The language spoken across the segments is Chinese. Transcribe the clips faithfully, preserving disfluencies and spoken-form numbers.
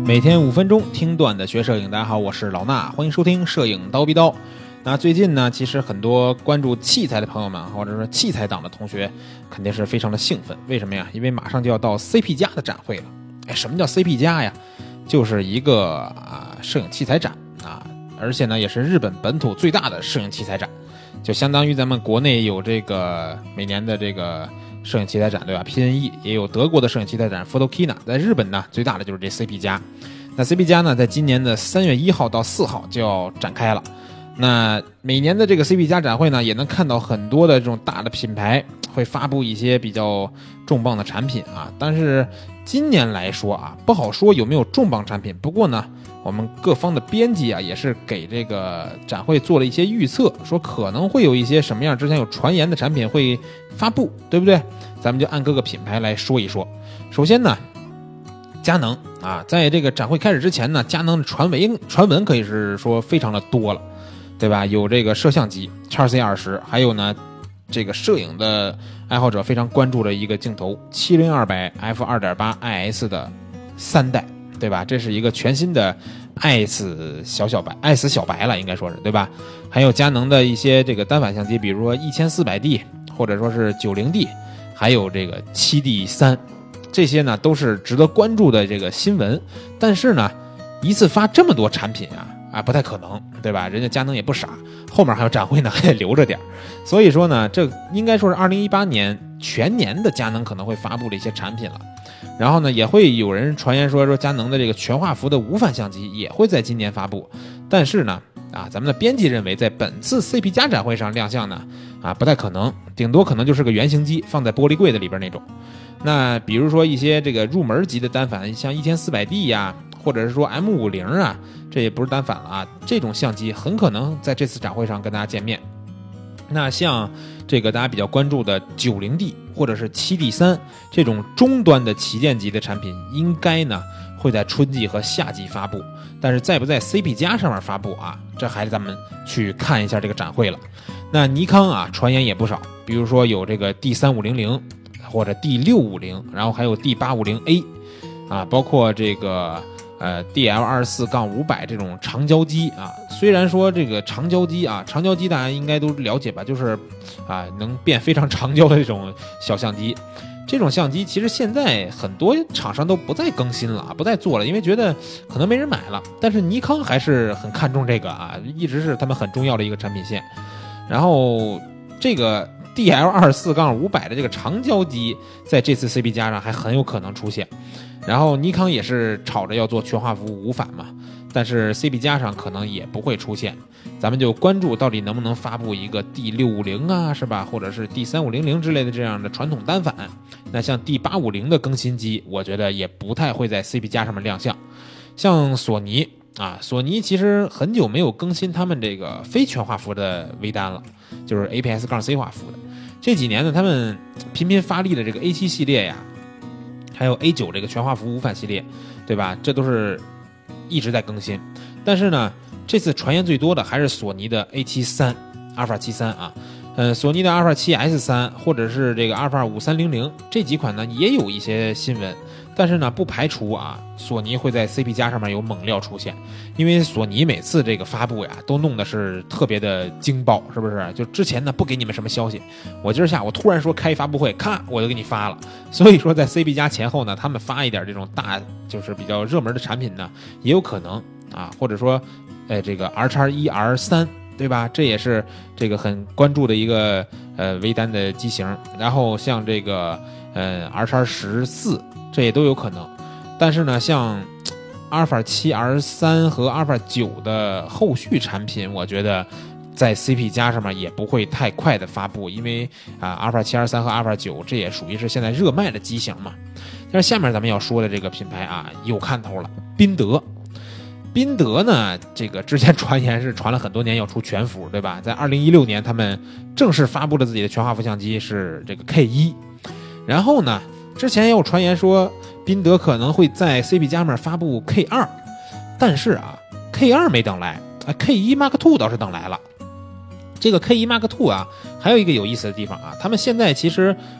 每天五分钟听段子学摄影，大家好，我是老衲，欢迎收听摄影刀逼刀。那最近呢，其实很多关注器材的朋友们，或者说器材党的同学，肯定是非常的兴奋。为什么呀？因为马上就要到 C P 加的展会了。哎，什么叫 C P 加呀？就是一个啊摄影器材展啊，而且呢也是日本本土最大的摄影器材展，就相当于咱们国内有这个每年的这个摄影器材展，对吧 ？P N E 也有德国的摄影器材展 Photokina， 在日本呢最大的就是这 C P 加。那 C P 加呢，在今年的三月一号到四号就要展开了。那每年的这个 C P 加展会呢，也能看到很多的这种大的品牌会发布一些比较重磅的产品啊。但是今年来说啊，不好说有没有重磅产品。不过呢，我们各方的编辑啊，也是给这个展会做了一些预测，说可能会有一些什么样之前有传言的产品会发布，对不对？咱们就按各个品牌来说一说。首先呢，佳能啊，在这个展会开始之前呢，佳能的传闻传闻可以是说非常的多了，对吧？有这个摄像机 X C 二十， 还有呢这个摄影的爱好者非常关注的一个镜头七零二百 F 二点八 I S 的三代，对吧？这是一个全新的爱死小小白，爱死小白了，应该说是，对吧？还有佳能的一些这个单反相机，比如说一千四百 D 或者说是九十 D， 还有这个 七 D 三， 这些呢都是值得关注的这个新闻。但是呢，一次发这么多产品啊啊，不太可能，对吧？人家佳能也不傻，后面还有展会呢，还得留着点。所以说呢，这应该说是二零一八年全年的佳能可能会发布的一些产品了。然后呢，也会有人传言说说佳能的这个全画幅的无反相机也会在今年发布。但是呢，啊，咱们的编辑认为，在本次 C P 加展会上亮相呢，啊，不太可能，顶多可能就是个原型机放在玻璃柜子里边那种。那比如说一些这个入门级的单反，像一千四百 D 呀，或者是说 M 五十 啊，这也不是单反了啊，这种相机很可能在这次展会上跟大家见面。那像这个大家比较关注的九十 D 或者是 七 D 三 这种中端的旗舰级的产品，应该呢会在春季和夏季发布，但是在不在 C P 加上面发布啊，这还是咱们去看一下这个展会了。那尼康啊，传言也不少，比如说有这个 D 三五零零 或者 D 六五零， 然后还有 D 八五零 A 啊，包括这个呃 D L 二十四杠五百 这种长焦机啊。虽然说这个长焦机啊，长焦机大家应该都了解吧，就是啊能变非常长焦的这种小相机。这种相机其实现在很多厂商都不再更新了，不再做了，因为觉得可能没人买了。但是尼康还是很看重这个啊，一直是他们很重要的一个产品线。然后这个 D L 二十四杠五百 的这个长焦机在这次 C P 加上还很有可能出现。然后尼康也是吵着要做全画幅无反嘛，但是 C P 加上可能也不会出现。咱们就关注到底能不能发布一个 D 六五零 啊，是吧？或者是 D 三五零零 之类的这样的传统单反。那像 D 八五零 的更新机，我觉得也不太会在 C P 加上面亮相。像索尼啊，索尼其实很久没有更新他们这个非全画幅的微单了，就是 A P S C 画幅的。这几年呢，他们频频发力的这个 A 七 系列呀，还有 A 九 这个全画幅无反系列，对吧？这都是一直在更新。但是呢，这次传言最多的还是索尼的 A 七三 阿尔法七三啊，呃，索尼的阿尔法七 S 三 或者是这个阿尔法五三零零这几款呢，也有一些新闻。但是呢，不排除啊，索尼会在 C P 加上面有猛料出现，因为索尼每次这个发布呀，都弄的是特别的惊爆，是不是？就之前呢不给你们什么消息，我今儿下午突然说开发布会，咔我就给你发了。所以说在 C P 加前后呢，他们发一点这种大就是比较热门的产品呢，也有可能啊，或者说，呃，这个 R X 一 R 三。对吧？这也是这个很关注的一个呃微单的机型。然后像这个呃 R X 十四，这也都有可能。但是呢，像阿尔法七 R 三 和阿尔法九的后续产品，我觉得在 C P 加上面也不会太快的发布，因为啊阿尔法七 R 三 和阿尔法九这也属于是现在热卖的机型嘛。但是下面咱们要说的这个品牌啊，有看头了，宾得。宾得呢，这个之前传言是传了很多年要出全幅，对吧？在二零一六年他们正式发布了自己的全画幅相机是这个 K 一， 然后呢之前也有传言说宾得可能会在 C P 加面发布 K 二， 但是啊 K 二 没等来啊 K 一 Mark 二 倒是等来了。这个 K 一 Mark 二 啊还有一个有意思的地方啊，他们现在其实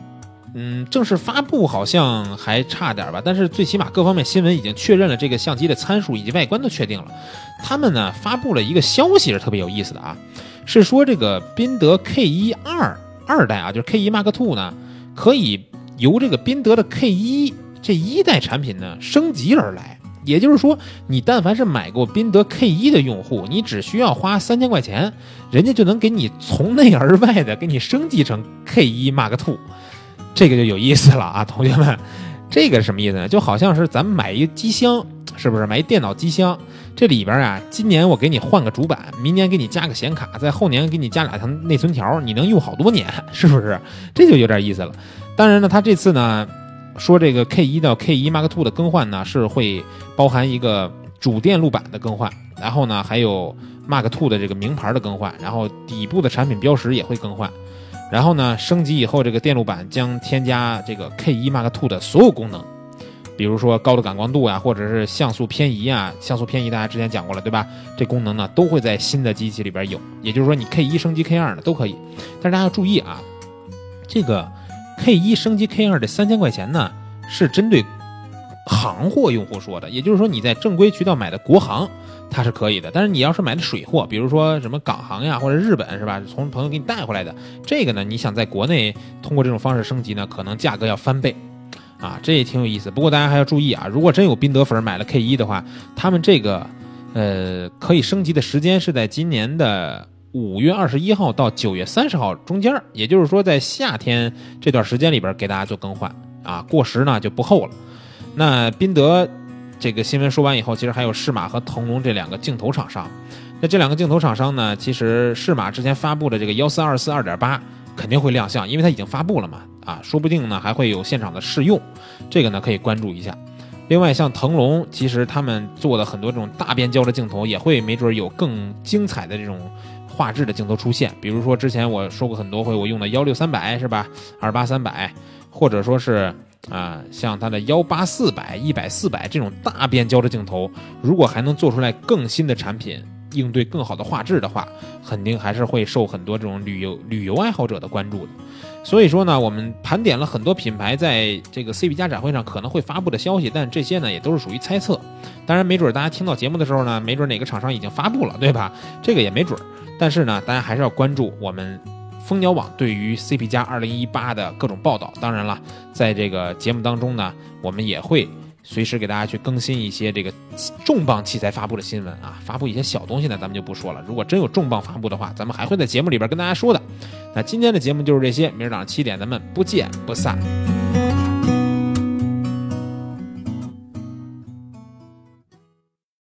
嗯，正式发布好像还差点吧，但是最起码各方面新闻已经确认了这个相机的参数以及外观都确定了。他们呢发布了一个消息是特别有意思的啊，是说这个宾得 K 一 二二代啊，就是 K 一 Mark 二 呢，可以由这个宾得的 K 一 这一代产品呢升级而来。也就是说，你但凡是买过宾得 K 一 的用户，你只需要花三千块钱，人家就能给你从内而外的给你升级成 K 一 Mark 二，这个就有意思了啊，同学们，这个是什么意思呢？就好像是咱们买一个机箱，是不是买一电脑机箱？这里边啊，今年我给你换个主板，明年给你加个显卡，在后年给你加俩条内存条，你能用好多年，是不是？这就有点意思了。当然呢，他这次呢。说这个 K 一 到 K 一 Mark 二 的更换呢，是会包含一个主电路板的更换，然后呢还有 Mark 二 的这个名牌的更换，然后底部的产品标识也会更换，然后呢升级以后这个电路板将添加这个 K 一 Mark 二 的所有功能，比如说高的感光度呀，或者是像素偏移啊，像素偏移大家之前讲过了对吧？这功能呢都会在新的机器里边有，也就是说你 K 一 升级 K 二 呢都可以，但是大家要注意啊，这个K 一 升级 K 二 这三千块钱呢，是针对行货用户说的，也就是说你在正规渠道买的国行它是可以的，但是你要是买的水货，比如说什么港行呀或者日本是吧，从朋友给你带回来的，这个呢你想在国内通过这种方式升级呢，可能价格要翻倍啊，这也挺有意思。不过大家还要注意啊，如果真有宾得粉买了 K 一 的话，他们这个呃可以升级的时间是在今年的五月二十一号到九月三十号中间，也就是说在夏天这段时间里边给大家做更换啊，过时呢就不后了。那宾得这个新闻说完以后，其实还有适马和腾龙这两个镜头厂商。那这两个镜头厂商呢，其实适马之前发布的这个一四二四 二点八肯定会亮相，因为它已经发布了嘛，啊，说不定呢还会有现场的试用，这个呢可以关注一下。另外像腾龙，其实他们做的很多这种大变焦的镜头，也会没准有更精彩的这种画质的镜头出现，比如说之前我说过很多回我用的一六三百是吧，二八三百，或者说是啊、呃、像它的一八四百、一百四百这种大变焦的镜头，如果还能做出来更新的产品，应对更好的画质的话，肯定还是会受很多这种旅游旅游爱好者的关注的。所以说呢，我们盘点了很多品牌在这个 C P 加展会上可能会发布的消息，但这些呢也都是属于猜测。当然没准大家听到节目的时候呢，没准哪个厂商已经发布了，对吧？这个也没准。但是呢，大家还是要关注我们蜂鸟网对于 C P 加二零一八的各种报道。当然了，在这个节目当中呢，我们也会随时给大家去更新一些这个重磅器材发布的新闻啊，发布一些小东西呢，咱们就不说了。如果真有重磅发布的话，咱们还会在节目里边跟大家说的。那今天的节目就是这些，明儿早上七点咱们不见不散。